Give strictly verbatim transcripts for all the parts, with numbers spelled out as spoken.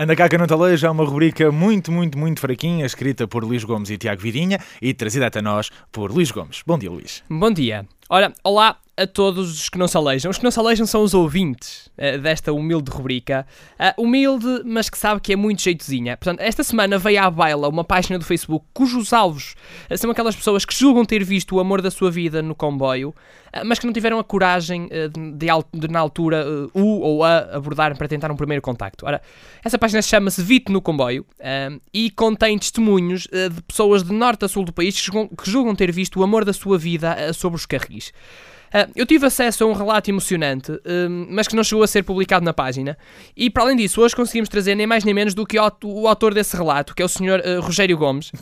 Anda cá que eu não te leio, é uma rubrica muito, muito, muito fraquinha, escrita por Luís Gomes e Tiago Vidinha e trazida até nós por Luís Gomes. Bom dia, Luís. Bom dia. Ora, olá a todos os que não se alejam. Os que não se alejam são os ouvintes uh, desta humilde rubrica. Uh, humilde, mas que sabe que é muito jeitozinha. Portanto, esta semana veio à baila uma página do Facebook cujos alvos uh, são aquelas pessoas que julgam ter visto o amor da sua vida no comboio, uh, mas que não tiveram a coragem uh, de, de, de, na altura, uh, o ou a abordar para tentar um primeiro contacto. Ora, essa página chama-se Vite no Comboio uh, e contém testemunhos uh, de pessoas de norte a sul do país que julgam, que julgam ter visto o amor da sua vida uh, sobre os carris. Uh, eu tive acesso a um relato emocionante, uh, mas que não chegou a ser publicado na página. E, para além disso, hoje conseguimos trazer nem mais nem menos do que o, o autor desse relato, que é o senhor uh, Rogério Gomes,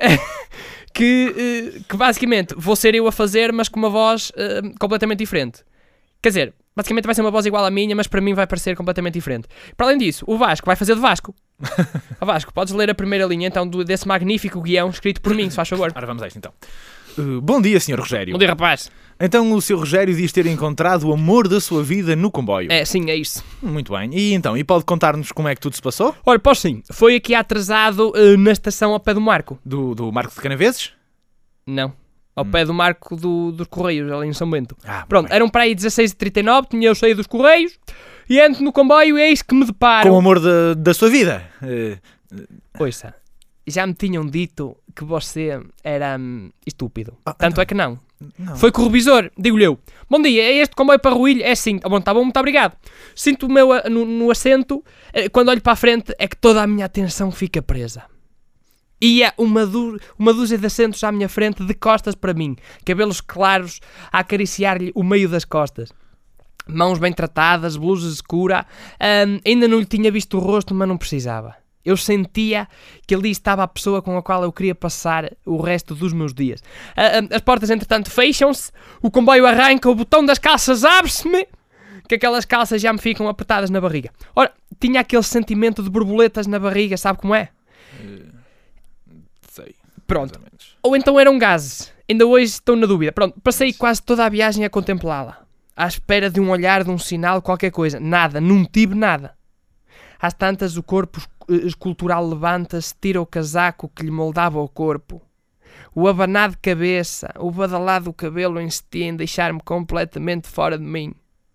que, uh, que basicamente vou ser eu a fazer, mas com uma voz uh, completamente diferente. Quer dizer, basicamente vai ser uma voz igual à minha, mas para mim vai parecer completamente diferente. Para além disso, o Vasco vai fazer de Vasco. O Vasco, podes ler a primeira linha então do, desse magnífico guião escrito por mim, se faz favor. Ora, vamos a isto então. Uh, bom dia, senhor Rogério. Bom dia, rapaz. Então o seu Rogério diz ter encontrado o amor da sua vida no comboio. É, sim, é isso. Muito bem. E então, e pode contar-nos como é que tudo se passou? Olha, posso sim. Foi aqui atrasado uh, na estação ao pé do Marco. Do, do Marco de Canaveses? Não. Ao hum. pé do Marco do, dos Correios, ali em São Bento. Ah, Pronto, bem. eram para aí dezasseis e trinta e nove, tinha eu saído dos Correios e entro no comboio e é isso que me deparo. Com o amor da, da sua vida? Uh... Ouça, já me tinham dito que você era hum, estúpido. Ah, Tanto não. é que não. Não. Foi com o revisor, digo-lhe eu. Bom dia, é este comboio para Ruilho? É sim. Tá bom, tá bom, muito obrigado. Sinto o meu no, no assento, quando olho para a frente é que toda a minha atenção fica presa. Ia uma, du- uma dúzia de assentos à minha frente, de costas para mim, cabelos claros a acariciar-lhe o meio das costas. Mãos bem tratadas, blusa escura, hum, ainda não lhe tinha visto o rosto, mas não precisava. Eu sentia que ali estava a pessoa com a qual eu queria passar o resto dos meus dias. As portas, entretanto, fecham-se, o comboio arranca, o botão das calças abre-se-me, que aquelas calças já me ficam apertadas na barriga. Ora, tinha aquele sentimento de borboletas na barriga, sabe como é? Uh, sei. Pronto. Ou, ou então eram gases. Ainda hoje estou na dúvida. Pronto, passei quase toda a viagem a contemplá-la, à espera de um olhar, de um sinal, qualquer coisa. Nada, não tive nada. Às tantas o corpo escultural levanta-se, tira o casaco que lhe moldava o corpo. O abanar de cabeça, o badalar do cabelo insistia em deixar-me completamente fora de mim.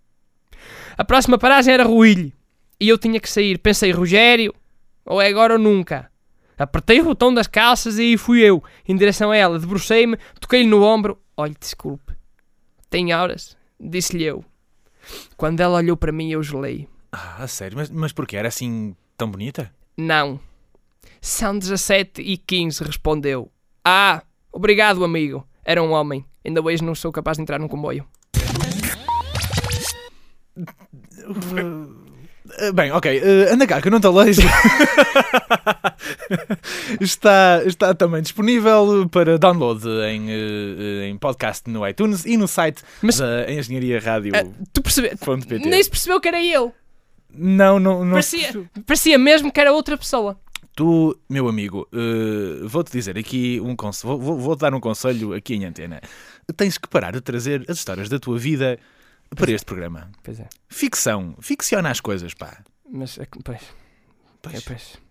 A próxima paragem era Ruilho, e eu tinha que sair. Pensei, Rogério, ou é agora ou nunca. Apertei o botão das calças e aí fui eu, em direção a ela. Debrucei-me, toquei-lhe no ombro. Olhe, desculpe, tem horas, disse-lhe eu. Quando ela olhou para mim, eu gelei. Ah, a sério? Mas, mas porquê? Era assim tão bonita? Não. São dezassete e quinze, respondeu. Ah, obrigado, amigo. Era um homem. Ainda hoje não sou capaz de entrar num comboio. Uh, bem, ok. Uh, anda cá, que eu não te alejo. está, está também disponível para download em, uh, em podcast no iTunes e no site Mas, da Engenharia Rádio. Uh, tu percebes? Nem se percebeu que era eu. Não, não, não. Parecia, parecia mesmo que era outra pessoa. Tu, meu amigo, uh, vou-te dizer aqui um conselho, vou, vou, vou-te dar um conselho aqui em antena. Tens que parar de trazer as histórias da tua vida para Pois este programa. Pois é. Ficção, ficciona as coisas, pá. Mas, pois. Pois. É, pois.